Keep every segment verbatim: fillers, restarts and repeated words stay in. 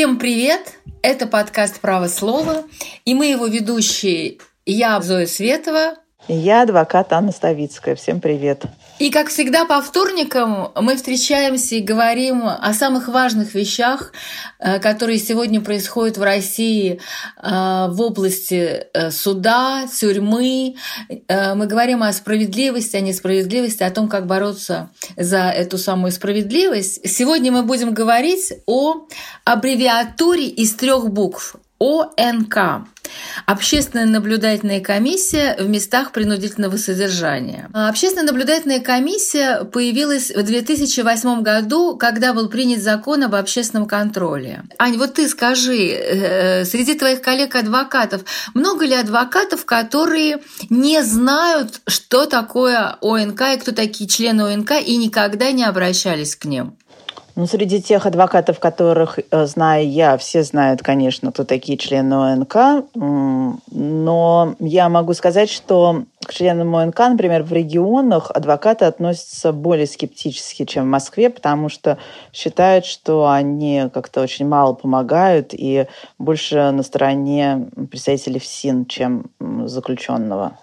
Всем привет! Это подкаст «Право слова», и мы его ведущие. Я Зоя Светова. И я адвокат Анна Ставицкая. Всем привет! И, как всегда, по вторникам мы встречаемся и говорим о самых важных вещах, которые сегодня происходят в России в области суда, тюрьмы. Мы говорим о справедливости, о несправедливости, о том, как бороться за эту самую справедливость. Сегодня мы будем говорить о аббревиатуре из трех букв – О Н К. Общественная наблюдательная комиссия в местах принудительного содержания. Общественная наблюдательная комиссия появилась в две тысячи восьмом году, когда был принят закон об общественном контроле. Ань, вот ты скажи, среди твоих коллег-адвокатов много ли адвокатов, которые не знают, что такое О Н К и кто такие члены О Н К, и никогда не обращались к ним? Ну, среди тех адвокатов, которых знаю я, все знают, конечно, кто такие члены О Н К, но я могу сказать, что к членам О Н К, например, в регионах адвокаты относятся более скептически, чем в Москве, потому что считают, что они как-то очень мало помогают и больше на стороне представителей ФСИН, чем заключенного.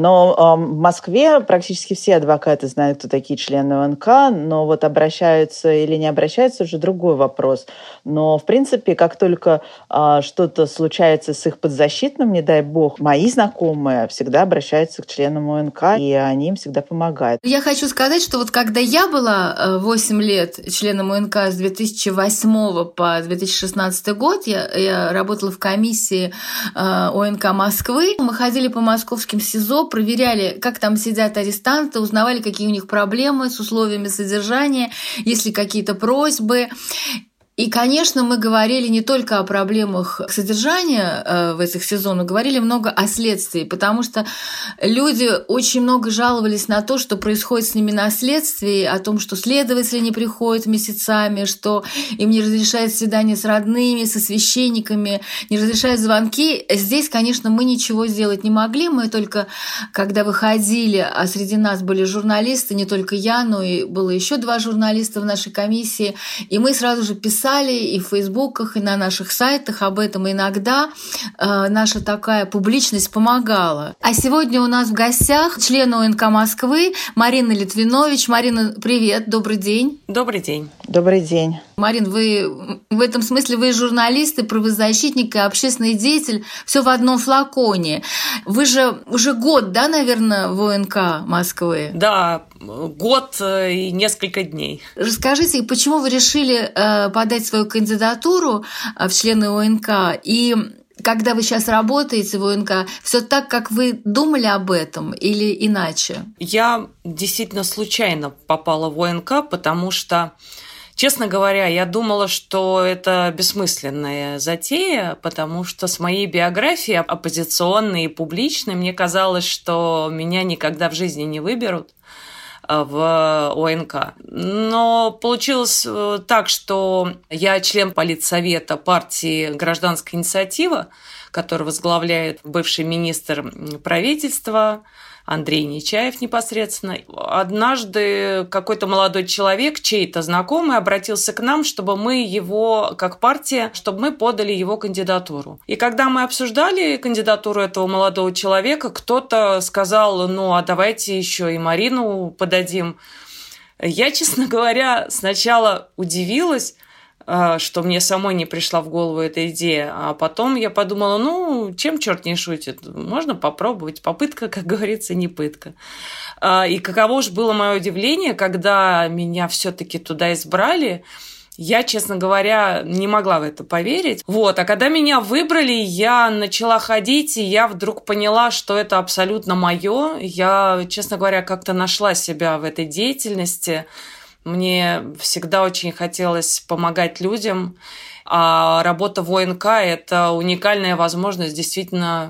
Но в Москве практически все адвокаты знают, кто такие члены О Н К, но вот обращаются или не обращаются, уже другой вопрос. Но, в принципе, как только а, что-то случается с их подзащитным, не дай бог, мои знакомые всегда обращаются к членам О Н К, и они им всегда помогают. Я хочу сказать, что вот когда я была восемь лет членом О Н К с две тысячи восьмого по две тысячи шестнадцатый год, я, я работала в комиссии О Н К Москвы. Мы ходили по московским СИЗО, проверяли, как там сидят арестанты, узнавали, какие у них проблемы с условиями содержания, есть ли какие-то просьбы. И, конечно, мы говорили не только о проблемах содержания в этих СИЗО, но говорили много о следствии, потому что люди очень много жаловались на то, что происходит с ними на следствии, о том, что следователи не приходят месяцами, что им не разрешают свидания с родными, со священниками, не разрешают звонки. Здесь, конечно, мы ничего сделать не могли, мы только, когда выходили, а среди нас были журналисты, не только я, но и было еще два журналиста в нашей комиссии, и мы сразу же писали и в фейсбуках, и на наших сайтах об этом. Иногда э, наша такая публичность помогала. А сегодня у нас в гостях член О Н К Москвы Марина Литвинович. Марина, привет, добрый день. Добрый день. Добрый день. Марин, вы в этом смысле вы журналист, и правозащитник, и общественный деятель, все в одном флаконе. Вы же уже год, да, наверное, в О Н К Москвы? Да, год и несколько дней. Расскажите, почему вы решили э, подать свою кандидатуру в члены О Н К, и когда вы сейчас работаете в О Н К, все так, как вы думали об этом, или иначе? Я действительно случайно попала в О Н К, потому что, честно говоря, я думала, что это бессмысленная затея, потому что с моей биографией оппозиционной и публичной мне казалось, что меня никогда в жизни не выберут в О Н К. Но получилось так, что я член политсовета партии «Гражданская инициатива», которую возглавляет бывший министр правительства Андрей Нечаев непосредственно. Однажды какой-то молодой человек, чей-то знакомый, обратился к нам, чтобы мы его, как партия, чтобы мы подали его кандидатуру. И когда мы обсуждали кандидатуру этого молодого человека, кто-то сказал, ну, а давайте еще и Марину подадим. Я, честно говоря, сначала удивилась, что мне самой не пришла в голову эта идея. А потом я подумала, ну, чем черт не шутит? Можно попробовать. Попытка, как говорится, не пытка. И каково же было мое удивление, когда меня все-таки туда избрали. Я, честно говоря, не могла в это поверить. Вот. А когда меня выбрали, я начала ходить, и я вдруг поняла, что это абсолютно мое. Я, честно говоря, как-то нашла себя в этой деятельности. Мне всегда очень хотелось помогать людям, а работа в О Н К – это уникальная возможность действительно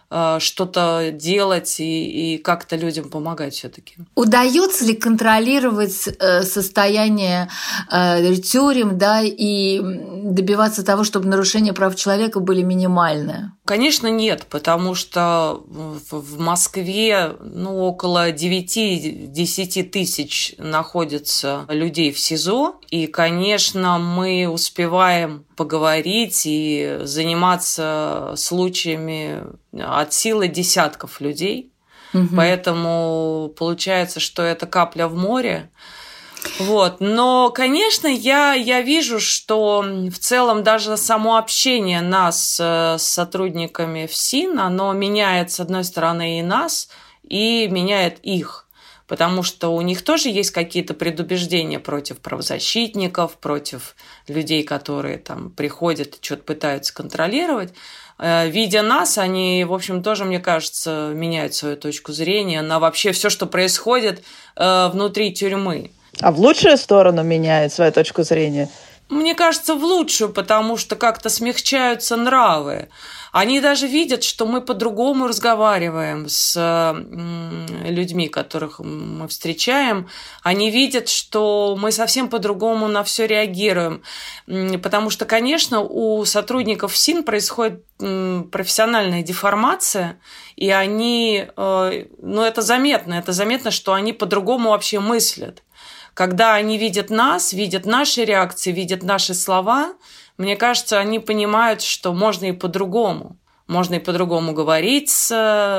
что-то делать и, и как-то людям помогать все-таки. Удается ли контролировать состояние тюрем, да, и добиваться того, чтобы нарушения прав человека были минимальны? Конечно, нет, потому что в Москве ну, около девять-десять тысяч находится людей в СИЗО, и, конечно, мы успеваем поговорить и заниматься случаями от силы десятков людей. Угу. Поэтому получается, что это капля в море. Вот. Но, конечно, я, я вижу, что в целом даже само общение нас с сотрудниками ФСИН, оно меняет, с одной стороны, и нас, и меняет их. Потому что у них тоже есть какие-то предубеждения против правозащитников, против людей, которые там приходят и что-то пытаются контролировать. Видя нас, они, в общем, тоже, мне кажется, меняют свою точку зрения на вообще все, что происходит внутри тюрьмы. А в лучшую сторону меняет свою точку зрения? Мне кажется, в лучшую, потому что как-то смягчаются нравы. Они даже видят, что мы по-другому разговариваем с людьми, которых мы встречаем. Они видят, что мы совсем по-другому на все реагируем. Потому что, конечно, у сотрудников ФСИН происходит профессиональная деформация, и они, ну, это заметно, это заметно, что они по-другому вообще мыслят. Когда они видят нас, видят наши реакции, видят наши слова, мне кажется, они понимают, что можно и по-другому. Можно и по-другому говорить с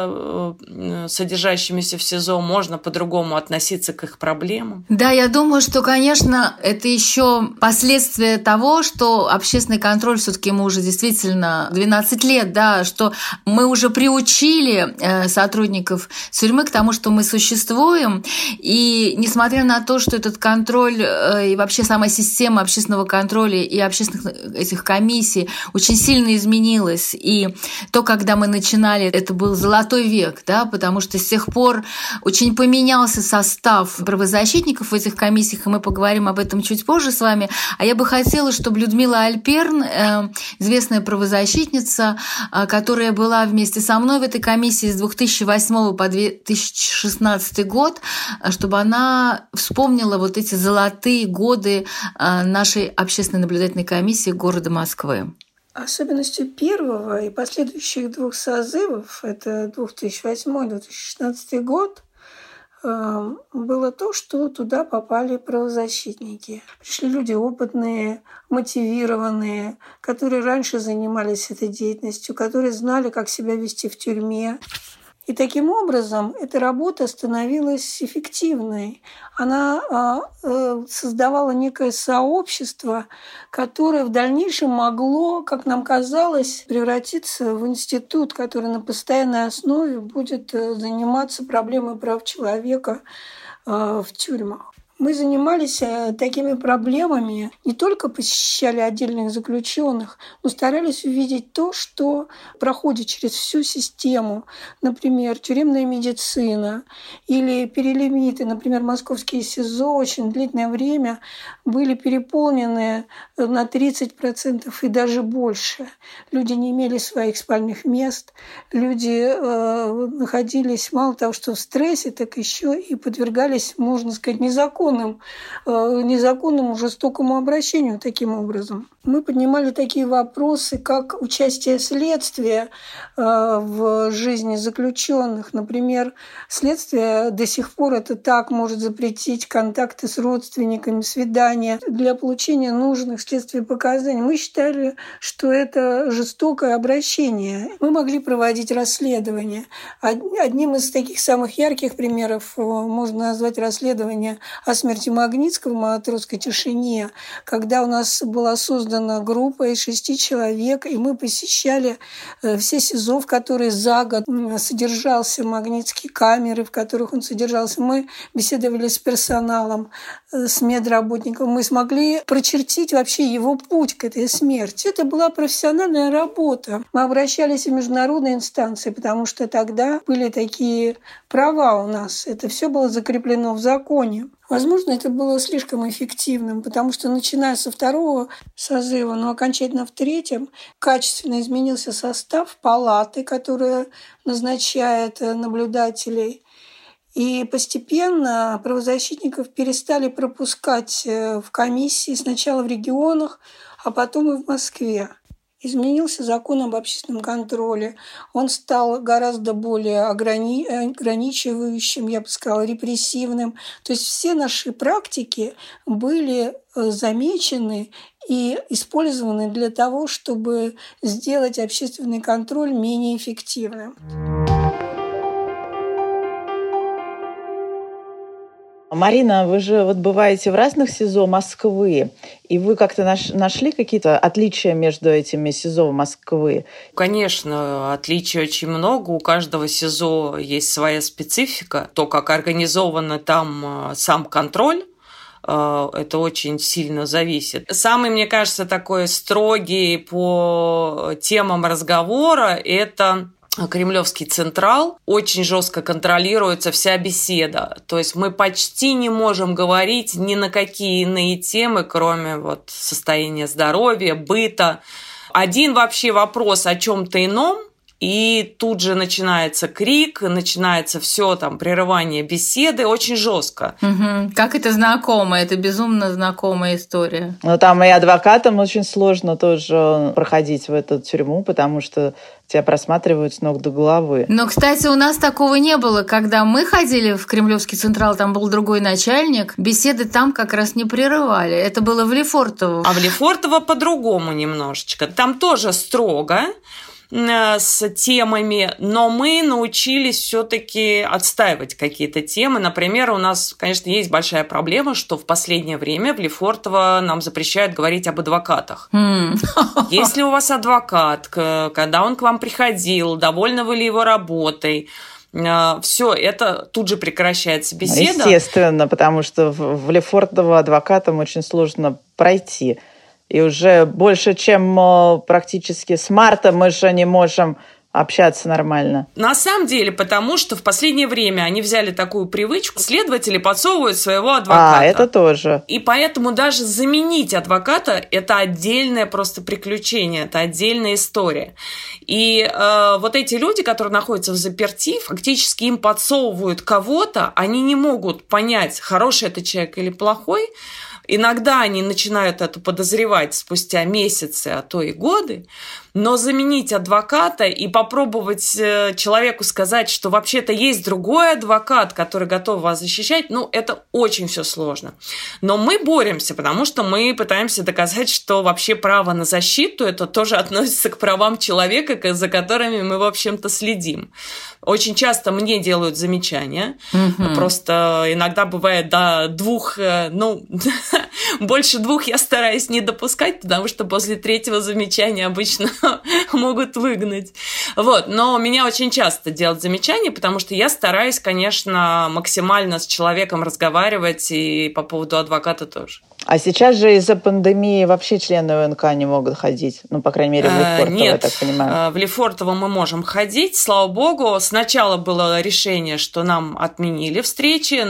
содержащимися в СИЗО, можно по-другому относиться к их проблемам. Да, я думаю, что, конечно, это еще последствия того, что общественный контроль все-таки мы уже действительно двенадцать лет, да, что мы уже приучили сотрудников тюрьмы к тому, что мы существуем, и несмотря на то, что этот контроль и вообще сама система общественного контроля и общественных этих комиссий очень сильно изменилась, и то, когда мы начинали, это был золотой век, да, потому что с тех пор очень поменялся состав правозащитников в этих комиссиях, и мы поговорим об этом чуть позже с вами. А я бы хотела, чтобы Людмила Альперн, известная правозащитница, которая была вместе со мной в этой комиссии с две тысячи восьмого по две тысячи шестнадцатый год, чтобы она вспомнила вот эти золотые годы нашей общественной наблюдательной комиссии города Москвы. Особенностью первого и последующих двух созывов, это две тысячи восьмой - две тысячи шестнадцатый год, было то, что туда попали правозащитники. Пришли люди опытные, мотивированные, которые раньше занимались этой деятельностью, которые знали, как себя вести в тюрьме. И таким образом эта работа становилась эффективной. Она э, создавала некое сообщество, которое в дальнейшем могло, как нам казалось, превратиться в институт, который на постоянной основе будет заниматься проблемой прав человека э, в тюрьмах. Мы занимались такими проблемами, не только посещали отдельных заключенных, но старались увидеть то, что проходит через всю систему. Например, тюремная медицина или перелимиты. Например, московские СИЗО очень длительное время были переполнены на тридцать процентов и даже больше. Люди не имели своих спальных мест, люди э, находились мало того, что в стрессе, так еще и подвергались, можно сказать, незаконному незаконному жестокому обращению таким образом. Мы поднимали такие вопросы, как участие следствия в жизни заключенных. Например, следствие до сих пор это так может запретить контакты с родственниками, свидания для получения нужных следствию показаний. Мы считали, что это жестокое обращение. Мы могли проводить расследования. Одним из таких самых ярких примеров можно назвать расследование о смерти Магнитского в «Матросской тишине», когда у нас была создана группа из шести человек, и мы посещали все СИЗО, в которые за год содержался Магнитский, камеры, в которых он содержался. Мы беседовали с персоналом, с медработником. Мы смогли прочертить вообще его путь к этой смерти. Это была профессиональная работа. Мы обращались в международные инстанции, потому что тогда были такие права у нас. Это все было закреплено в законе. Возможно, это было слишком эффективным, потому что, начиная со второго созыва, но окончательно в третьем, качественно изменился состав палаты, которая назначает наблюдателей. И постепенно правозащитников перестали пропускать в комиссии сначала в регионах, а потом и в Москве. Изменился закон об общественном контроле. Он стал гораздо более ограни... ограничивающим, я бы сказала, репрессивным. То есть все наши практики были замечены и использованы для того, чтобы сделать общественный контроль менее эффективным. Марина, вы же вот бываете в разных СИЗО Москвы, и вы как-то наш, нашли какие-то отличия между этими СИЗО Москвы? Конечно, отличий очень много. У каждого СИЗО есть своя специфика. То, как организован там сам контроль, это очень сильно зависит. Самый, мне кажется, такой строгий по темам разговора – это Кремлевский Централ. Очень жестко контролируется вся беседа. То есть мы почти не можем говорить ни на какие иные темы, кроме вот состояния здоровья, быта. Один вообще вопрос о чем-то ином, и тут же начинается крик, начинается все там прерывание беседы, очень жестко. Угу. Как это знакомо, это безумно знакомая история. Но там и адвокатам очень сложно тоже проходить в эту тюрьму, потому что тебя просматривают с ног до головы. Но, кстати, у нас такого не было. Когда мы ходили в Кремлевский Централ, там был другой начальник, беседы там как раз не прерывали. Это было в Лефортово. А в Лефортово по-другому немножечко. Там тоже строго с темами, но мы научились все-таки отстаивать какие-то темы. Например, у нас, конечно, есть большая проблема, что в последнее время в Лефортово нам запрещают говорить об адвокатах. Mm. Если у вас адвокат, когда он к вам приходил, довольны вы ли его работой, все, это тут же прекращается беседа. Естественно, потому что в Лефортово адвокатам очень сложно пройти. И уже больше, чем практически с марта мы же не можем общаться нормально. На самом деле, потому что в последнее время они взяли такую привычку, следователи подсовывают своего адвоката. А, это тоже. И поэтому даже заменить адвоката – это отдельное просто приключение, это отдельная история. И э, вот эти люди, которые находятся в заперти, фактически им подсовывают кого-то, они не могут понять, хороший это человек или плохой. Иногда они начинают это подозревать спустя месяцы, а то и годы, но заменить адвоката и попробовать человеку сказать, что вообще-то есть другой адвокат, который готов вас защищать, ну, это очень все сложно. Но мы боремся, потому что мы пытаемся доказать, что вообще право на защиту, это тоже относится к правам человека, за которыми мы, в общем-то, следим. Очень часто мне делают замечания, mm-hmm. просто иногда бывает до двух, ну, больше двух я стараюсь не допускать, потому что после третьего замечания обычно могут выгнать. Вот. Но меня очень часто делают замечания, потому что я стараюсь, конечно, максимально с человеком разговаривать, и по поводу адвоката тоже. А сейчас же из-за пандемии вообще члены ОНК не могут ходить? Ну, по крайней мере, в Лефортово, Нет, я так понимаю. В Лефортово мы можем ходить, слава богу. Сначала было решение, что нам отменили встречи,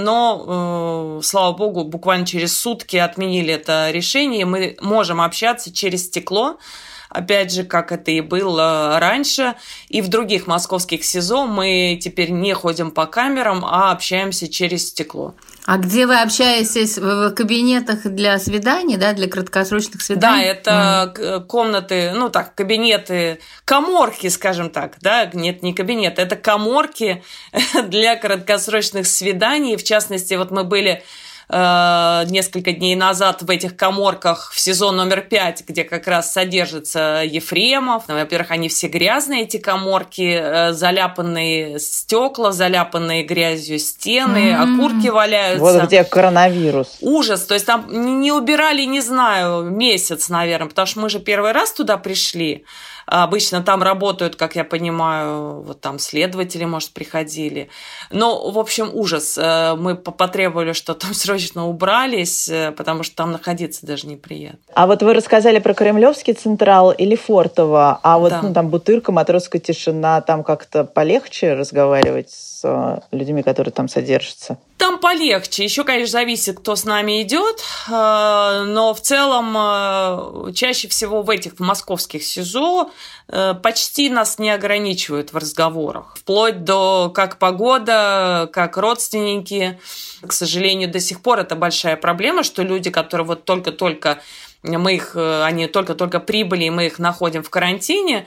но, э, слава богу, буквально через сутки отменили это решение, и мы можем общаться через стекло. Опять же, как это и было раньше. И в других московских СИЗО мы теперь не ходим по камерам, а общаемся через стекло. А где вы общаетесь? В кабинетах для свиданий, да, для краткосрочных свиданий? Да, это mm. комнаты, ну так, кабинеты, каморки, скажем так, да, нет, не кабинеты, это каморки для краткосрочных свиданий. В частности, вот мы были несколько дней назад в этих каморках в СИЗО номер пять, где как раз содержится Ефремов. Во-первых, они все грязные, эти каморки, заляпанные стекла, заляпанные грязью стены, mm-hmm. окурки валяются. Вот где коронавирус. Ужас. То есть там не убирали, не знаю, месяц, наверное, потому что мы же первый раз туда пришли. Обычно там работают, как я понимаю, вот там следователи, может, приходили. Но, в общем, ужас. Мы потребовали, что там срочно убрались, потому что там находиться даже неприятно. А вот вы рассказали про Кремлевский Централ и Лефортово, а вот да. ну, там Бутырка, Матросская тишина, там как-то полегче разговаривать с людьми, которые там содержатся? Там полегче. Еще, конечно, зависит, кто с нами идет. Но в целом чаще всего в этих в московских СИЗО почти нас не ограничивают в разговорах. Вплоть до как погода, как родственники. К сожалению, до сих пор это большая проблема, что люди, которые вот только-только мы их, они только-только прибыли, и мы их находим в карантине,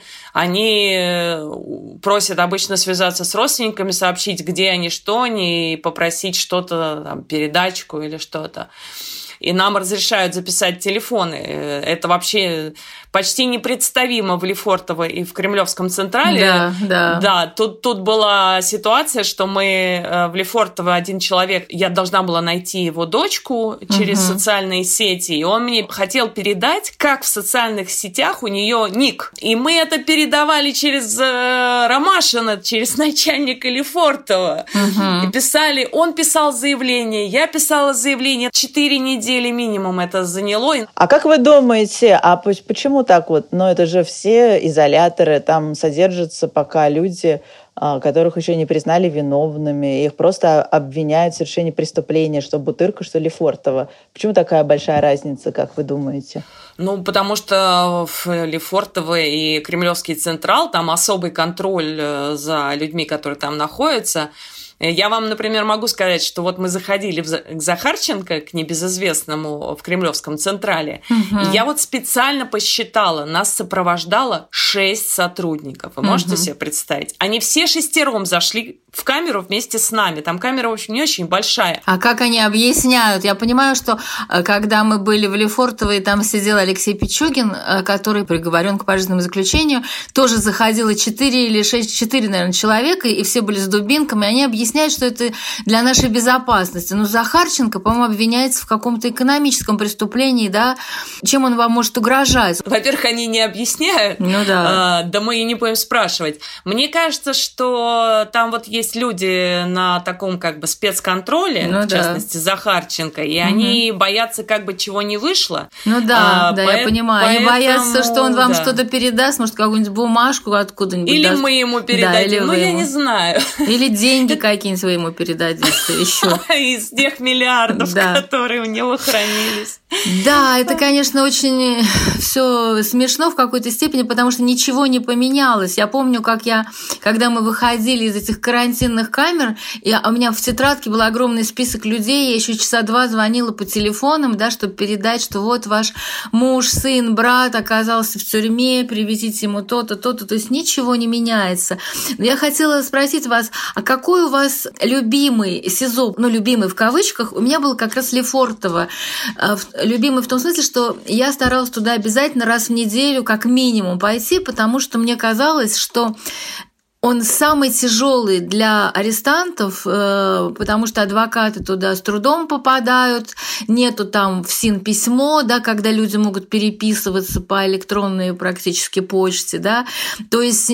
они просят обычно связаться с родственниками, сообщить, где они, что они, и попросить что-то, там, передачку или что-то. И нам разрешают записать телефоны. Это вообще почти непредставимо в Лефортово и в Кремлевском Централе. Да, да. Да, тут, тут была ситуация, что мы в Лефортово один человек, я должна была найти его дочку через угу. социальные сети, и он мне хотел передать, как в социальных сетях у нее ник. И мы это передавали через э, Ромашина, через начальника Лефортово. Угу. И писали, он писал заявление, я писала заявление. Четыре недели минимум это заняло. А как вы думаете, а почему так вот? Ну, это же все изоляторы, там содержатся пока люди, которых еще не признали виновными, их просто обвиняют в совершении преступления, что Бутырка, что Лефортово. Почему такая большая разница, как вы думаете? Ну, потому что в Лефортово и Кремлевский Централ, там особый контроль за людьми, которые там находятся. Я вам, например, могу сказать, что вот мы заходили к Захарченко, к небезызвестному в Кремлевском Централе, угу. и я вот специально посчитала, нас сопровождало шесть сотрудников. Вы можете угу. себе представить? Они все шестером зашли в камеру вместе с нами. Там камера, в общем, не очень большая. А как они объясняют? Я понимаю, что когда мы были в Лефортово, и там сидел Алексей Пичугин, который приговорен к пожизненному заключению, тоже заходило четыре или шесть, четыре, наверное, человека, и все были с дубинками, они объясняют, что это для нашей безопасности. Но Захарченко, по-моему, обвиняется в каком-то экономическом преступлении, да? Чем он вам может угрожать? Во-первых, они не объясняют. Ну да. А, да мы и не будем спрашивать. Мне кажется, что там вот есть люди на таком как бы спецконтроле, ну, в да. частности, Захарченко, и угу. они боятся, как бы чего не вышло. Ну да, а, да, по- я понимаю. Поэтому, они боятся, что он вам да. что-то передаст, может, какую-нибудь бумажку откуда-нибудь Или даст. мы ему передадим, да, ну я не знаю. Или деньги какие-нибудь вы ему передадите еще. Из тех миллиардов, да. которые у него хранились. Да, это, конечно, очень все смешно в какой-то степени, потому что ничего не поменялось. Я помню, как я, когда мы выходили из этих карантинных камер, и у меня в тетрадке был огромный список людей, я еще часа два звонила по телефонам, да, чтобы передать, что вот ваш муж, сын, брат оказался в тюрьме, привезите ему то-то, то-то, то есть ничего не меняется. Но я хотела спросить вас, а какой у вас любимый СИЗО, ну, любимый в кавычках, у меня был как раз Лефортово. Любимый в том смысле, что я старалась туда обязательно раз в неделю как минимум пойти, потому что мне казалось, что он самый тяжелый для арестантов, потому что адвокаты туда с трудом попадают, нету там ФСИН письмо, да, когда люди могут переписываться по электронной практически почте, да, то есть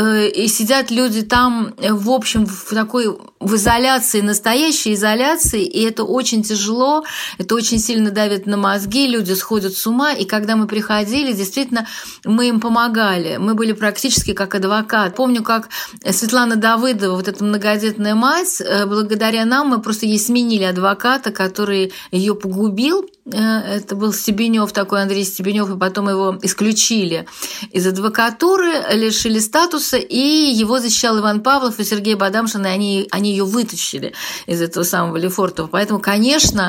и сидят люди там, в общем, в такой в изоляции, настоящей изоляции, и это очень тяжело, это очень сильно давит на мозги, люди сходят с ума, и когда мы приходили, действительно, мы им помогали, мы были практически как адвокат. Помню, как Светлана Давыдова, вот эта многодетная мать, благодаря нам мы просто ей сменили адвоката, который ее погубил. Это был Стебенёв, такой Андрей Стебенёв, и потом его исключили из адвокатуры, лишили статуса, и его защищал Иван Павлов и Сергей Бадамшин, и они, они ее вытащили из этого самого Лефортово. Поэтому, конечно,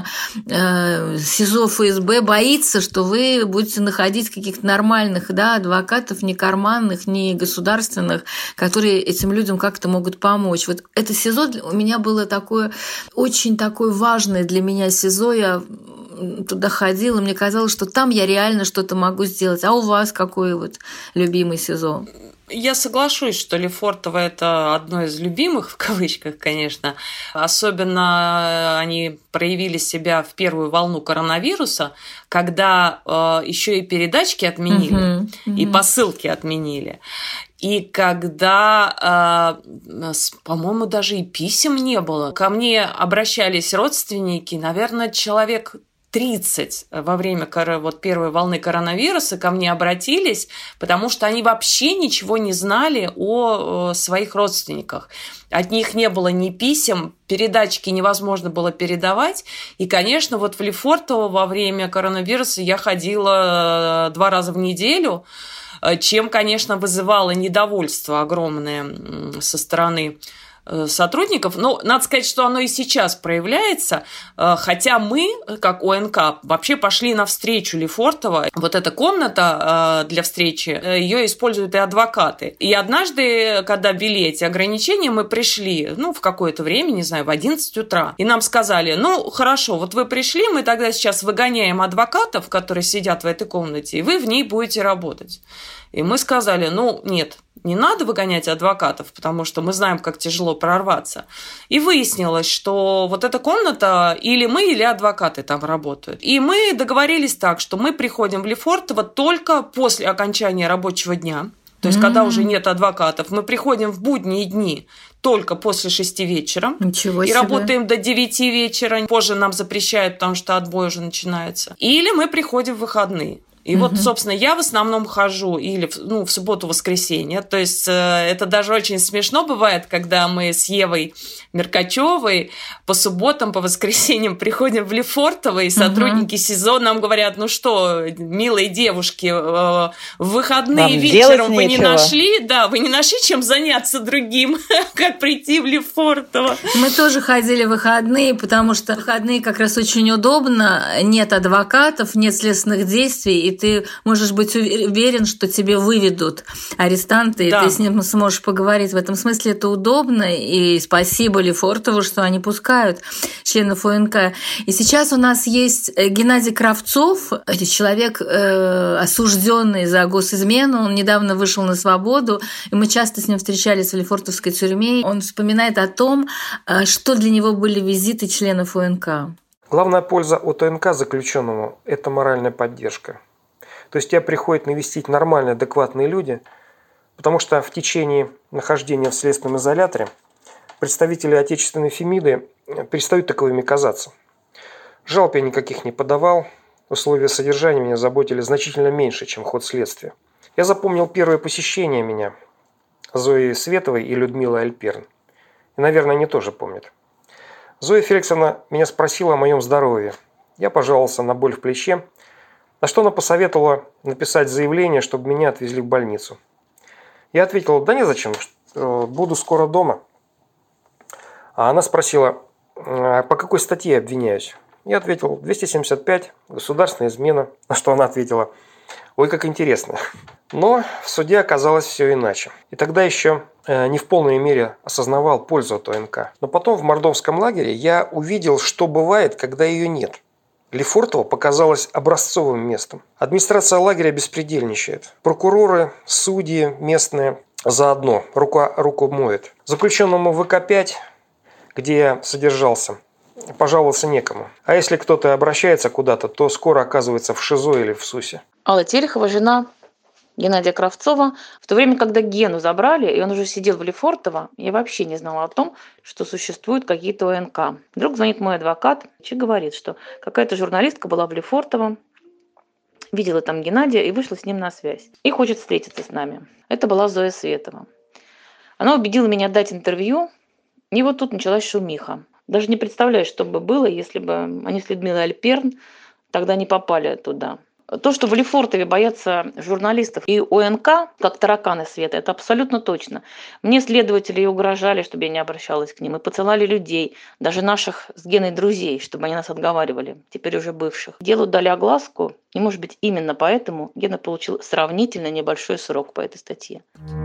СИЗО ФСБ боится, что вы будете находить каких-то нормальных, да, адвокатов, не карманных, не государственных, которые этим людям как-то могут помочь. Вот это СИЗО у меня было такое, очень такое важное для меня СИЗО. Я туда ходила, мне казалось, что там я реально что-то могу сделать. А у вас какой вот любимый СИЗО? Я соглашусь, что Лефортово – это одно из любимых, в кавычках, конечно. Особенно они проявили себя в первую волну коронавируса, когда э, еще и передачки отменили, uh-huh, uh-huh. и посылки отменили. И когда, э, по-моему, даже и писем не было. Ко мне обращались родственники, наверное, человек тридцать во время вот первой волны коронавируса ко мне обратились, потому что они вообще ничего не знали о своих родственниках. От них не было ни писем, передатчики невозможно было передавать. И, конечно, вот в Лефортово во время коронавируса я ходила два раза в неделю, чем, конечно, вызывало недовольство огромное со стороны сотрудников. Но надо сказать, что оно и сейчас проявляется, хотя мы, как ОНК, вообще пошли навстречу Лефортово. Вот эта комната для встречи, ее используют и адвокаты. И однажды, когда ввели эти ограничения, мы пришли, ну, в какое-то время, не знаю, в одиннадцать утра, и нам сказали, ну, хорошо, вот вы пришли, мы тогда сейчас выгоняем адвокатов, которые сидят в этой комнате, и вы в ней будете работать. И мы сказали, ну, нет, не надо выгонять адвокатов, потому что мы знаем, как тяжело прорваться. И выяснилось, что вот эта комната или мы, или адвокаты там работают. И мы договорились так, что мы приходим в Лефортово только после окончания рабочего дня. То есть, mm-hmm. когда уже нет адвокатов. Мы приходим в будние дни только после шести вечера. Ничего и себе. Работаем до девяти вечера. Позже нам запрещают, потому что отбой уже начинается. Или мы приходим в выходные. И mm-hmm. вот, собственно, я в основном хожу или ну, в субботу-воскресенье. То есть э, это даже очень смешно бывает, когда мы с Евой Меркачевой по субботам, по воскресеньям приходим в Лефортово, и сотрудники mm-hmm. СИЗО нам говорят, ну что, милые девушки, э, в выходные Вам вечером вы нечего. не нашли, да, вы не нашли чем заняться другим, как прийти в Лефортово. Мы тоже ходили в выходные, потому что в выходные как раз очень удобно, нет адвокатов, нет следственных действий, и ты можешь быть уверен, что тебе выведут арестанты, да. и ты с ним сможешь поговорить. В этом смысле это удобно, и спасибо Лефортову, что они пускают членов ОНК. И сейчас у нас есть Геннадий Кравцов, человек, э, осужденный за госизмену, он недавно вышел на свободу, и мы часто с ним встречались в Лефортовской тюрьме. Он вспоминает о том, что для него были визиты членов ОНК. Главная польза от ОНК заключенному – это моральная поддержка. То есть тебя приходят навестить нормальные, адекватные люди, потому что в течение нахождения в следственном изоляторе представители отечественной Фемиды перестают таковыми казаться. Жалоб я никаких не подавал, условия содержания меня заботили значительно меньше, чем ход следствия. Я запомнил первое посещение меня Зои Световой и Людмилы Альперн. И, наверное, они тоже помнят. Зоя Феликсовна меня спросила о моем здоровье. Я пожаловался на боль в плече, на что она посоветовала написать заявление, чтобы меня отвезли в больницу. Я ответил, да незачем, буду скоро дома. А она спросила, а по какой статье обвиняюсь? Я ответил, двести семьдесят пять, государственная измена. На что она ответила, ой, как интересно. Но в суде оказалось все иначе. И тогда еще не в полной мере осознавал пользу от ОНК. Но потом в мордовском лагере я увидел, что бывает, когда ее нет. Лефортово показалось образцовым местом. Администрация лагеря беспредельничает. Прокуроры, судьи местные заодно рука руку моет. Заключенному вэ ка пять, где я содержался, пожаловаться некому. А если кто-то обращается куда-то, то скоро оказывается в ШИЗО или в СУСе. Алла Терехова, жена Геннадия Кравцова. В то время, когда Гену забрали, и он уже сидел в Лефортово, я вообще не знала о том, что существуют какие-то ОНК. Вдруг звонит мой адвокат и говорит, что какая-то журналистка была в Лефортово, видела там Геннадия и вышла с ним на связь. И хочет встретиться с нами. Это была Зоя Светова. Она убедила меня дать интервью, и вот тут началась шумиха. Даже не представляю, что бы было, если бы они с Людмилой Альперн тогда не попали туда. То, что в Лефортове боятся журналистов и ОНК, как тараканы света, это абсолютно точно. Мне следователи угрожали, чтобы я не обращалась к ним, и посылали людей, даже наших с Геной друзей, чтобы они нас отговаривали, теперь уже бывших. Делу дали огласку, и, может быть, именно поэтому Гена получил сравнительно небольшой срок по этой статье.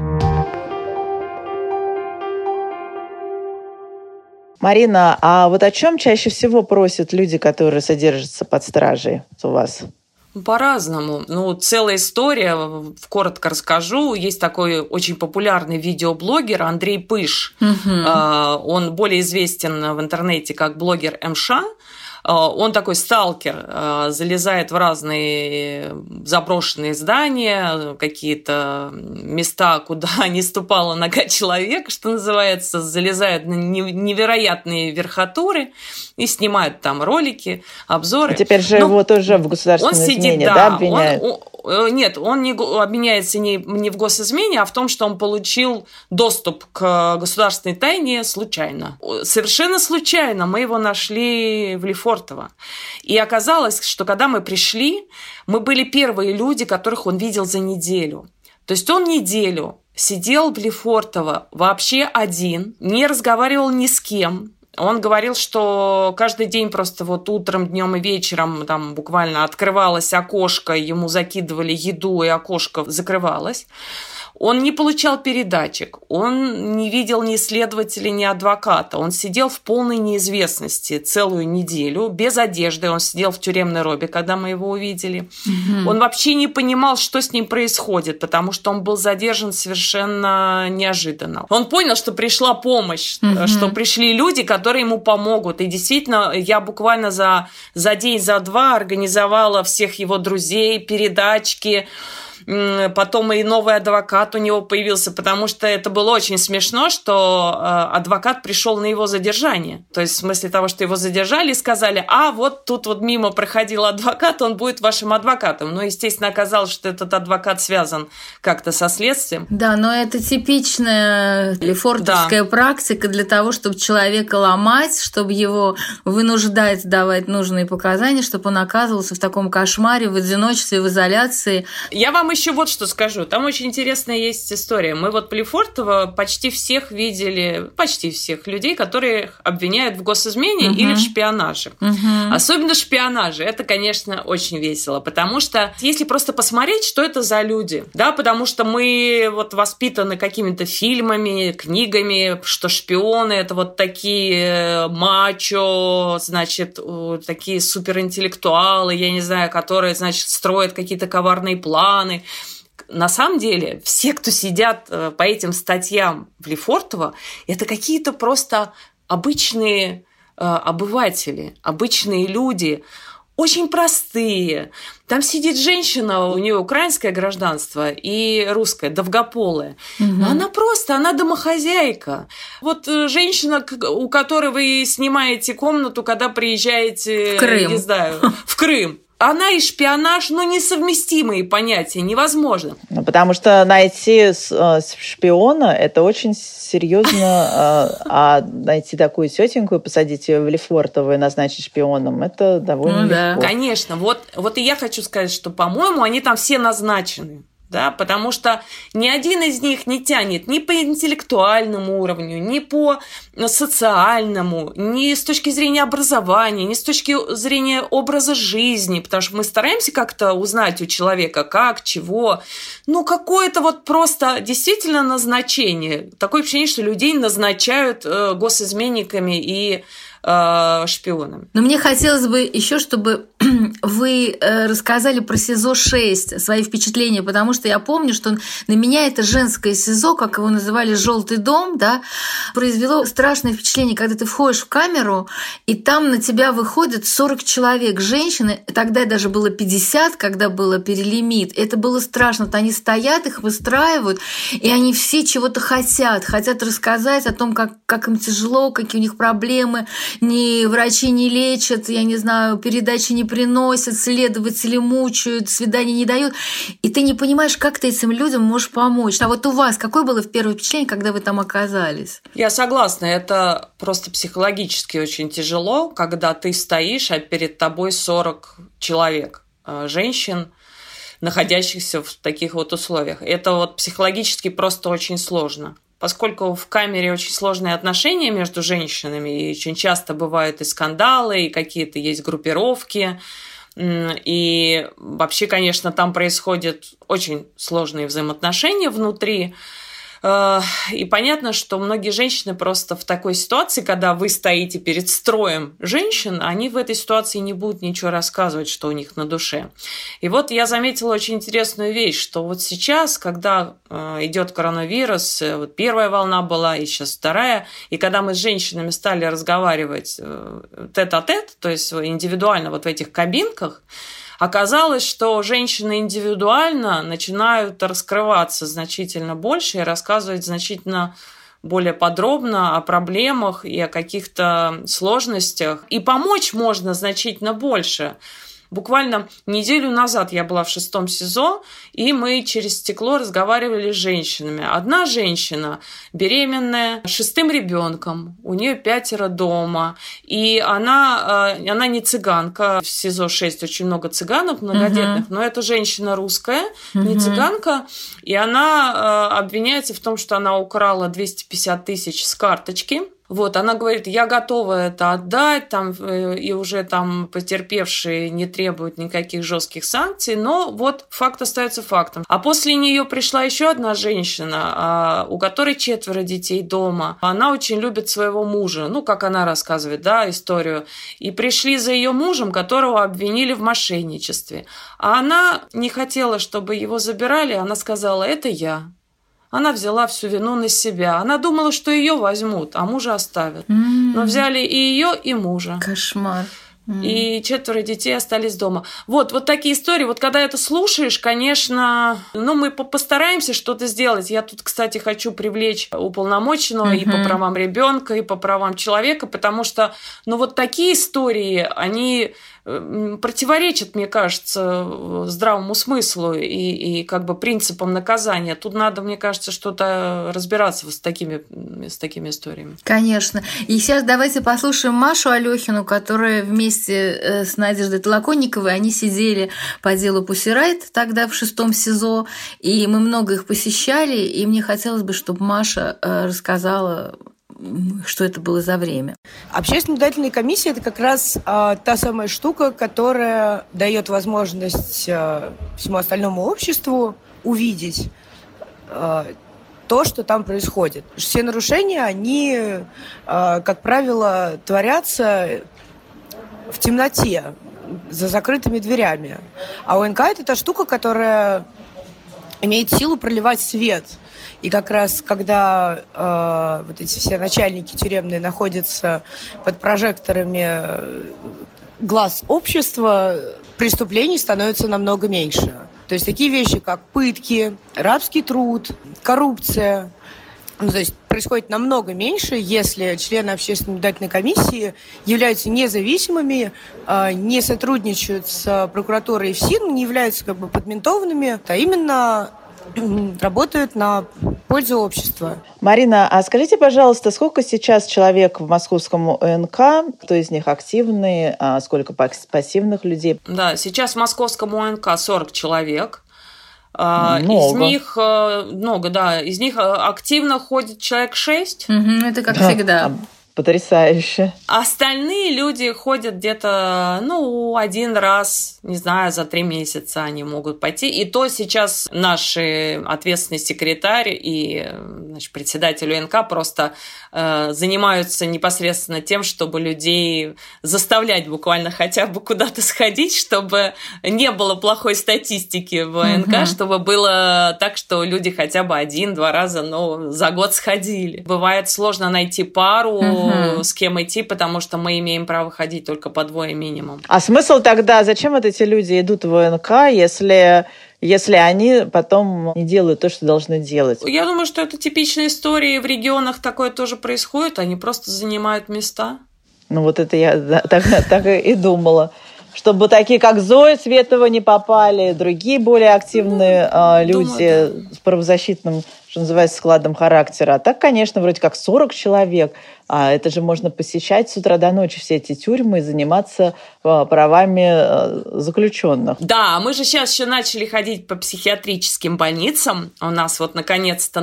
Марина, а вот о чем чаще всего просят люди, которые содержатся под стражей у вас? По-разному. Ну, целая история, коротко расскажу. Есть такой очень популярный видеоблогер Андрей Пыж. Угу. Он более известен в интернете как блогер МШ. Он такой сталкер, залезает в разные заброшенные здания, какие-то места, куда не ступала нога человека, что называется, залезает на невероятные верхотуры и снимает там ролики, обзоры. А теперь же Но его тоже в государственной он сидит, измене, да, да, обвиняют? Он, он, нет, он не обвиняется не, не в госизмене, а в том, что он получил доступ к государственной тайне случайно. Совершенно случайно мы его нашли в Лефортово. И оказалось, что когда мы пришли, мы были первые люди, которых он видел за неделю. То есть он неделю сидел в Лефортово вообще один, не разговаривал ни с кем. Он говорил, что каждый день просто вот утром, днем и вечером там буквально открывалось окошко, ему закидывали еду, и окошко закрывалось. Он не получал передачек, он не видел ни следователя, ни адвоката. Он сидел в полной неизвестности целую неделю, без одежды. Он сидел в тюремной робе, когда мы его увидели. Mm-hmm. Он вообще не понимал, что с ним происходит, потому что он был задержан совершенно неожиданно. Он понял, что пришла помощь, mm-hmm. что пришли люди, которые ему помогут. И действительно, я буквально за, за день, за два организовала всех его друзей, передачки. Потом и новый адвокат у него появился, потому что это было очень смешно, что адвокат пришел на его задержание. То есть в смысле того, что его задержали и сказали, а вот тут вот мимо проходил адвокат, он будет вашим адвокатом. Но, естественно, оказалось, что этот адвокат связан как-то со следствием. Да, но это типичная лефортовская да. практика для того, чтобы человека ломать, чтобы его вынуждать давать нужные показания, чтобы он оказывался в таком кошмаре, в одиночестве, в изоляции. Я вам еще вот что скажу. Там очень интересная есть история. Мы вот в Лефортово почти всех видели, почти всех людей, которые обвиняют в госизмене uh-huh. или в шпионаже. Uh-huh. Особенно в шпионаже. Это, конечно, очень весело, потому что если просто посмотреть, что это за люди, да, потому что мы вот воспитаны какими-то фильмами, книгами, что шпионы – это вот такие мачо, значит, такие суперинтеллектуалы, я не знаю, которые, значит, строят какие-то коварные планы. На самом деле, все, кто сидят по этим статьям в Лефортово, это какие-то просто обычные обыватели, обычные люди, очень простые. Там сидит женщина, у нее украинское гражданство и русское, довгополое. Угу. Но она просто, она домохозяйка. Вот женщина, у которой вы снимаете комнату, когда приезжаете, в Крым. Не знаю, в Крым. Она и шпионаж, ну, несовместимые понятия, невозможно. Ну, потому что найти шпиона – это очень серьезно, а найти такую тетеньку и посадить ее в Лефортово и назначить шпионом – это довольно ну, да. легко. Конечно. Вот, вот и я хочу сказать, что, по-моему, они там все назначены. Да, потому что ни один из них не тянет ни по интеллектуальному уровню, ни по социальному, ни с точки зрения образования, ни с точки зрения образа жизни, потому что мы стараемся как-то узнать у человека, как, чего. Ну, какое-то вот просто действительно назначение. Такое ощущение, что людей назначают э, госизменниками и шпионами. Но мне хотелось бы еще, чтобы вы рассказали про СИЗО шесть, свои впечатления, потому что я помню, что на меня это женское СИЗО, как его называли, «Желтый дом», да, произвело страшное впечатление, когда ты входишь в камеру, и там на тебя выходят сорок человек, женщины, тогда даже было пятьдесят, когда было перелимит, это было страшно, вот они стоят, их выстраивают, и они все чего-то хотят, хотят рассказать о том, как, как им тяжело, какие у них проблемы, ни врачи не лечат, я не знаю, передачи не приносят, следователи мучают, свиданий не дают. И ты не понимаешь, как ты этим людям можешь помочь. А вот у вас какое было первое впечатление, когда вы там оказались? Я согласна, это просто психологически очень тяжело, когда ты стоишь, а перед тобой сорок человек, женщин, находящихся в таких вот условиях. Это вот психологически просто очень сложно. Поскольку в камере очень сложные отношения между женщинами, и очень часто бывают и скандалы, и какие-то есть группировки, и вообще, конечно, там происходят очень сложные взаимоотношения внутри. И понятно, что многие женщины просто в такой ситуации, когда вы стоите перед строем женщин, они в этой ситуации не будут ничего рассказывать, что у них на душе. И вот я заметила очень интересную вещь, что вот сейчас, когда идет коронавирус, вот первая волна была, и сейчас вторая, и когда мы с женщинами стали разговаривать тет-а-тет, то есть индивидуально вот в этих кабинках, оказалось, что женщины индивидуально начинают раскрываться значительно больше и рассказывать значительно более подробно о проблемах и о каких-то сложностях. И помочь можно значительно больше. Буквально неделю назад я была в шестом СИЗО, и мы через стекло разговаривали с женщинами. Одна женщина беременная, шестым ребенком, у нее пятеро дома, и она, она не цыганка. В СИЗО шесть очень много цыганок многодетных, uh-huh. но это женщина русская, uh-huh. не цыганка, и она обвиняется в том, что она украла двести пятьдесят тысяч с карточки. Вот, она говорит, я готова это отдать, там, и уже там потерпевшие не требуют никаких жестких санкций, но вот факт остается фактом. А после нее пришла еще одна женщина, у которой четверо детей дома. Она очень любит своего мужа, ну, как она рассказывает, да, историю. И пришли за ее мужем, которого обвинили в мошенничестве. А она не хотела, чтобы его забирали, она сказала, это я. Она взяла всю вину на себя. Она думала, что ее возьмут, а мужа оставят. Mm. Но взяли и ее, и мужа. Кошмар. Mm. И четверо детей остались дома. Вот, вот такие истории. Вот когда это слушаешь, конечно, ну, мы постараемся что-то сделать. Я тут, кстати, хочу привлечь уполномоченного mm-hmm. и по правам ребенка, и по правам человека, потому что, ну, вот такие истории, они противоречат, мне кажется, здравому смыслу и, и как бы принципам наказания. Тут надо, мне кажется, что-то разбираться с такими, с такими историями. Конечно. И сейчас давайте послушаем Машу Алёхину, которая вместе с Надеждой Толоконниковой, они сидели по делу Pussy Riot тогда в шестом СИЗО, и мы много их посещали, и мне хотелось бы, чтобы Маша рассказала, что это было за время. Общественно-наблюдательная комиссия – это как раз а, та самая штука, которая дает возможность а, всему остальному обществу увидеть а, то, что там происходит. Все нарушения, они, а, как правило, творятся в темноте, за закрытыми дверями. А ОНК – это та штука, которая имеет силу проливать свет. И как раз, когда э, вот эти все начальники тюремные находятся под прожекторами глаз общества, преступлений становится намного меньше. То есть такие вещи, как пытки, рабский труд, коррупция, ну, то есть происходит намного меньше, если члены общественно-наблюдательной комиссии являются независимыми, э, не сотрудничают с прокуратурой и ФСИН, не являются как бы подментованными, а именно работают на пользу общества. Марина, а скажите, пожалуйста, сколько сейчас человек в московском ОНК, кто из них активные, а сколько пассивных людей? Да, сейчас в московском ОНК сорок человек. Много. Из них много, да, из них активно ходит человек шесть. Угу, это как всегда. Потрясающе. Остальные люди ходят где-то, ну, один раз, не знаю, за три месяца они могут пойти. И то сейчас наши ответственный секретарь и, значит, председатель ОНК просто э, занимаются непосредственно тем, чтобы людей заставлять буквально хотя бы куда-то сходить, чтобы не было плохой статистики в ОНК, угу. чтобы было так, что люди хотя бы один-два раза, ну, за год сходили. Бывает сложно найти пару, угу. с кем идти, потому что мы имеем право ходить только по двое минимум. А смысл тогда, зачем вот эти люди идут в ОНК, если, если они потом не делают то, что должны делать? Я думаю, что это типичная история, и в регионах такое тоже происходит, они просто занимают места. Ну вот это я да, так, так и думала. Чтобы такие, как Зоя Светова, не попали, другие более активные ну, э, люди думаю, да. с правозащитным, что называется, складом характера. А так, конечно, вроде как сорок человек. А это же можно посещать с утра до ночи все эти тюрьмы и заниматься э, правами э, заключенных. Да, мы же сейчас еще начали ходить по психиатрическим больницам. У нас вот наконец-то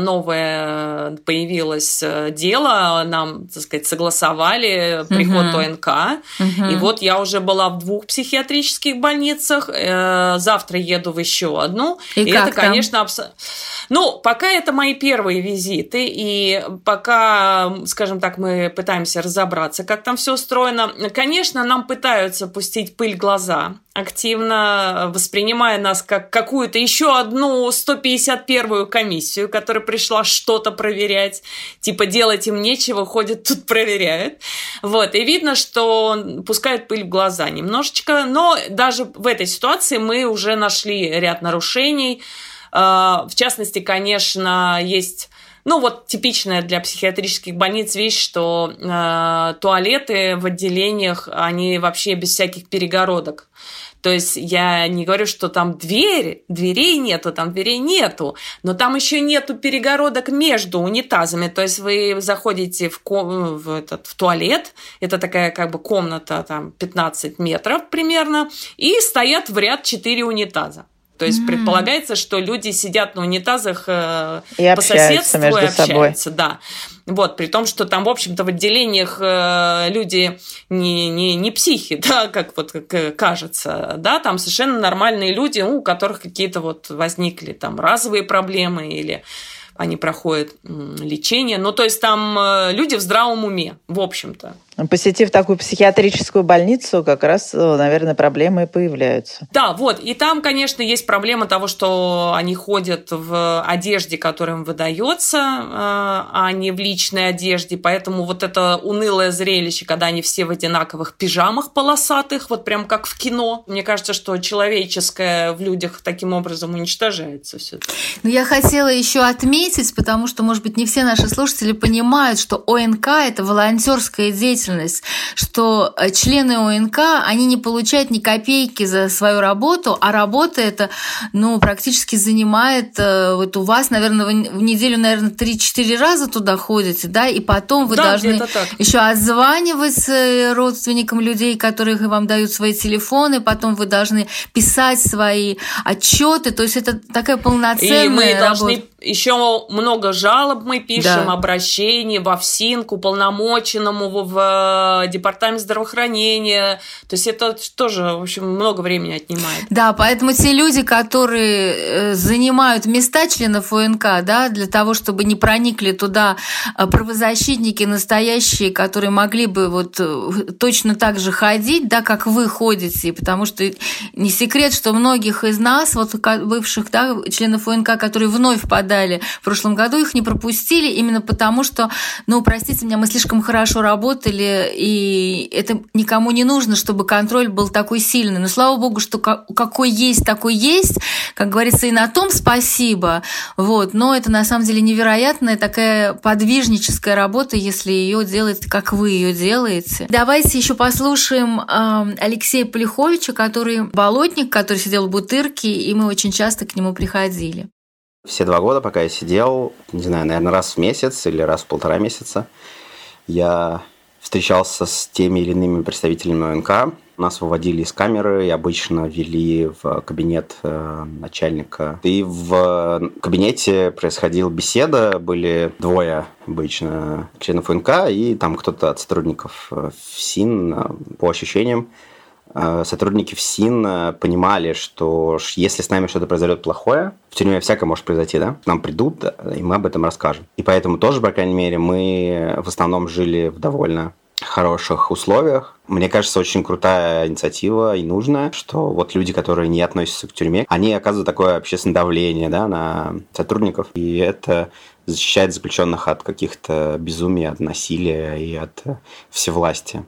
новое появилось дело. Нам, так сказать, согласовали приход угу. ОНК. Угу. И вот я уже была в двух психиатрических больницах. Завтра еду в еще одну. И, и как это, там? конечно, абсолютно... Ну, пока это мои первые визиты, и пока, скажем так, мы пытаемся разобраться, как там все устроено, конечно, нам пытаются пустить пыль в глаза, активно воспринимая нас как какую-то еще одну сто пятьдесят первую комиссию, которая пришла что-то проверять. Типа делать им нечего, ходят тут проверяют. Вот. И видно, что пускают пыль в глаза немножечко. Но даже в этой ситуации мы уже нашли ряд нарушений. В частности, конечно, есть... Ну, вот типичная для психиатрических больниц вещь, что э, туалеты в отделениях, они вообще без всяких перегородок. То есть я не говорю, что там двери, дверей нету, там дверей нету, но там еще нету перегородок между унитазами. То есть вы заходите в, ком- в, этот, в туалет, это такая как бы комната, там пятнадцать метров примерно, и стоят в ряд четыре унитаза. То есть mm-hmm. предполагается, что люди сидят на унитазах э, и по соседству между и общаются. Собой. Да. Вот, при том, что там, в общем-то, в отделениях э, люди не, не, не психи, да, как вот как кажется, да, там совершенно нормальные люди, у которых какие-то вот возникли там разовые проблемы или они проходят лечение. Ну, то есть там люди в здравом уме, в общем-то. Посетив такую психиатрическую больницу, как раз, наверное, проблемы и появляются. Да, вот. И там, конечно, есть проблема того, что они ходят в одежде, которая им выдается, а не в личной одежде. Поэтому вот это унылое зрелище, когда они все в одинаковых пижамах полосатых, вот прям как в кино. Мне кажется, что человеческое в людях таким образом уничтожается все-таки. Ну, я хотела еще отметить, потому что, может быть, не все наши слушатели понимают, что ОНК – это волонтерская деятельность, что члены ОНК, они не получают ни копейки за свою работу, а работа эта, ну, практически занимает, вот у вас, наверное, в неделю, наверное, три-четыре раза туда ходите, да, и потом вы да, должны еще отзванивать родственникам людей, которые вам дают свои телефоны, потом вы должны писать свои отчеты, то есть это такая полноценная и мы работа. Должны еще много жалоб мы пишем, да. обращений во ФСИН к уполномоченному в департамент здравоохранения. То есть это тоже, в общем, много времени отнимает. Да, поэтому те люди, которые занимают места членов ОНК, да, для того, чтобы не проникли туда правозащитники настоящие, которые могли бы вот точно так же ходить, да, как вы ходите, потому что не секрет, что многих из нас, вот бывших, да, членов ОНК, которые вновь подали в прошлом году, их не пропустили именно потому, что, ну, простите меня, мы слишком хорошо работали, и это никому не нужно, чтобы контроль был такой сильный. Но слава богу, что какой есть, такой есть, как говорится, и на том спасибо. Вот. Но это на самом деле невероятная такая подвижническая работа, если ее делать, как вы ее делаете. Давайте еще послушаем э, Алексея Полиховича, который болотник, который сидел в Бутырке, и мы очень часто к нему приходили. Все два года, пока я сидел, не знаю, наверное, раз в месяц или раз в полтора месяца, я встречался с теми или иными представителями ОНК. Нас выводили из камеры и обычно вели в кабинет э, начальника. И в кабинете происходила беседа, были двое обычно членов ОНК и там кто-то от сотрудников ФСИН, по ощущениям. Сотрудники ФСИН понимали, что если с нами что-то произойдет плохое, в тюрьме всякое может произойти, да? К нам придут, и мы об этом расскажем. И поэтому тоже, по крайней мере, мы в основном жили в довольно хороших условиях. Мне кажется, очень крутая инициатива и нужная, что вот люди, которые не относятся к тюрьме, они оказывают такое общественное давление, да, на сотрудников, и это защищает заключенных от каких-то безумий, от насилия и от всевластия.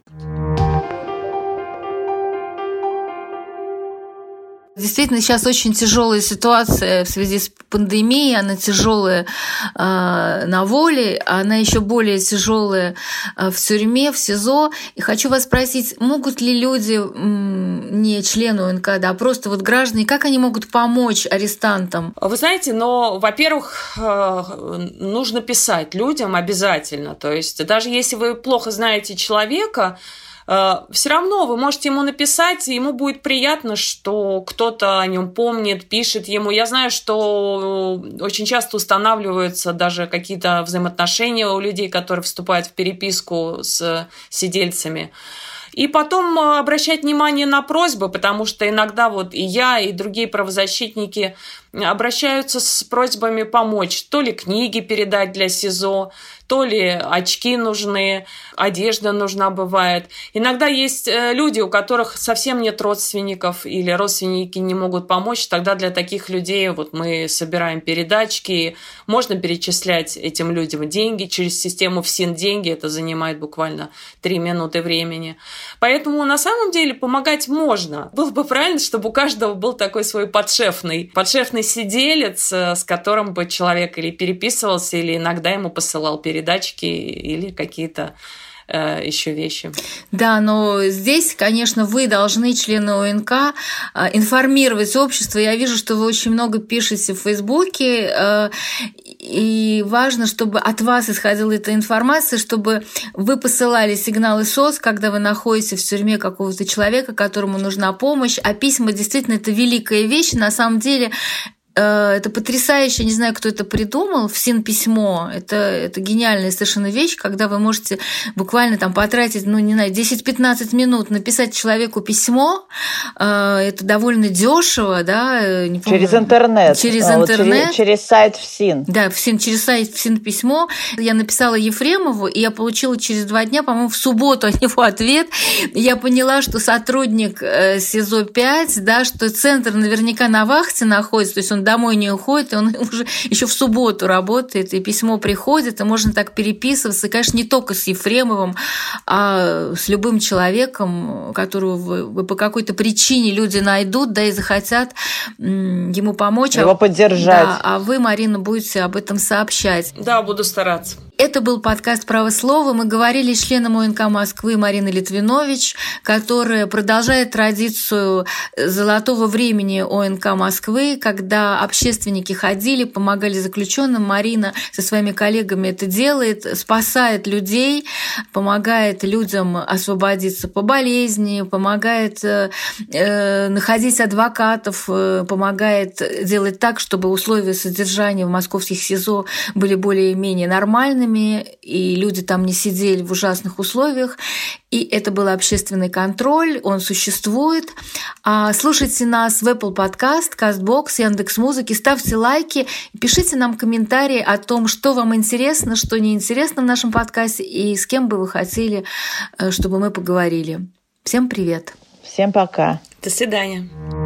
Действительно, сейчас очень тяжелая ситуация в связи с пандемией, она тяжелая э, на воле, она еще более тяжелая э, в тюрьме, в СИЗО. И хочу вас спросить, могут ли люди, м, не члены ОНК, да, а просто вот граждане, как они могут помочь арестантам? Вы знаете, но, во-первых, э, нужно писать людям обязательно. То есть даже если вы плохо знаете человека, все равно вы можете ему написать, и ему будет приятно, что кто-то о нем помнит, пишет ему. Я знаю, что очень часто устанавливаются даже какие-то взаимоотношения у людей, которые вступают в переписку с сидельцами. И потом обращать внимание на просьбы, потому что иногда вот и я, и другие правозащитники обращаются с просьбами помочь. То ли книги передать для СИЗО, то ли очки нужны, одежда нужна бывает. Иногда есть люди, у которых совсем нет родственников или родственники не могут помочь. Тогда для таких людей вот мы собираем передачки. Можно перечислять этим людям деньги через систему ФСИН деньги. Это занимает буквально три минуты времени. Поэтому на самом деле помогать можно. Было бы правильно, чтобы у каждого был такой свой подшефный. Подшефный сиделец, с которым бы человек или переписывался, или иногда ему посылал передачки или какие-то э, еще вещи. Да, но здесь, конечно, вы должны, члены ОНК, информировать общество. Я вижу, что вы очень много пишете в Фейсбуке, э, и важно, чтобы от вас исходила эта информация, чтобы вы посылали сигналы СОС, когда вы находитесь в тюрьме какого-то человека, которому нужна помощь. А письма действительно это великая вещь. На самом деле это потрясающе, не знаю, кто это придумал, ФСИН-письмо. Это, это гениальная совершенно вещь, когда вы можете буквально там потратить, ну, не знаю, десять-пятнадцать минут, написать человеку письмо. Это довольно дешево, да? Не помню, через интернет. Через вот интернет. Через, через сайт ФСИН. Да, ФСИН, через сайт ФСИН-письмо. Я написала Ефремову, и я получила через два дня, по-моему, в субботу от него ответ. Я поняла, что сотрудник СИЗО пять, да, что центр наверняка на вахте находится, то есть он домой не уходит, и он уже еще в субботу работает, и письмо приходит, и можно так переписываться, и, конечно, не только с Ефремовым, а с любым человеком, которого вы, вы по какой-то причине люди найдут, да, и захотят ему помочь. Его поддержать. Да, а вы, Марина, будете об этом сообщать. Да, буду стараться. Это был подкаст «Право слова». Мы говорили с членом ОНК Москвы Мариной Литвинович, которая продолжает традицию золотого времени ОНК Москвы, когда общественники ходили, помогали заключенным. Марина со своими коллегами это делает, спасает людей, помогает людям освободиться по болезни, помогает э, находить адвокатов, э, помогает делать так, чтобы условия содержания в московских СИЗО были более-менее нормальными, и люди там не сидели в ужасных условиях. И это был общественный контроль, он существует. Слушайте нас в Apple Podcast, CastBox, Яндекс.Музыке, ставьте лайки, пишите нам комментарии о том, что вам интересно, что неинтересно в нашем подкасте и с кем бы вы хотели, чтобы мы поговорили. Всем привет! Всем пока! До свидания!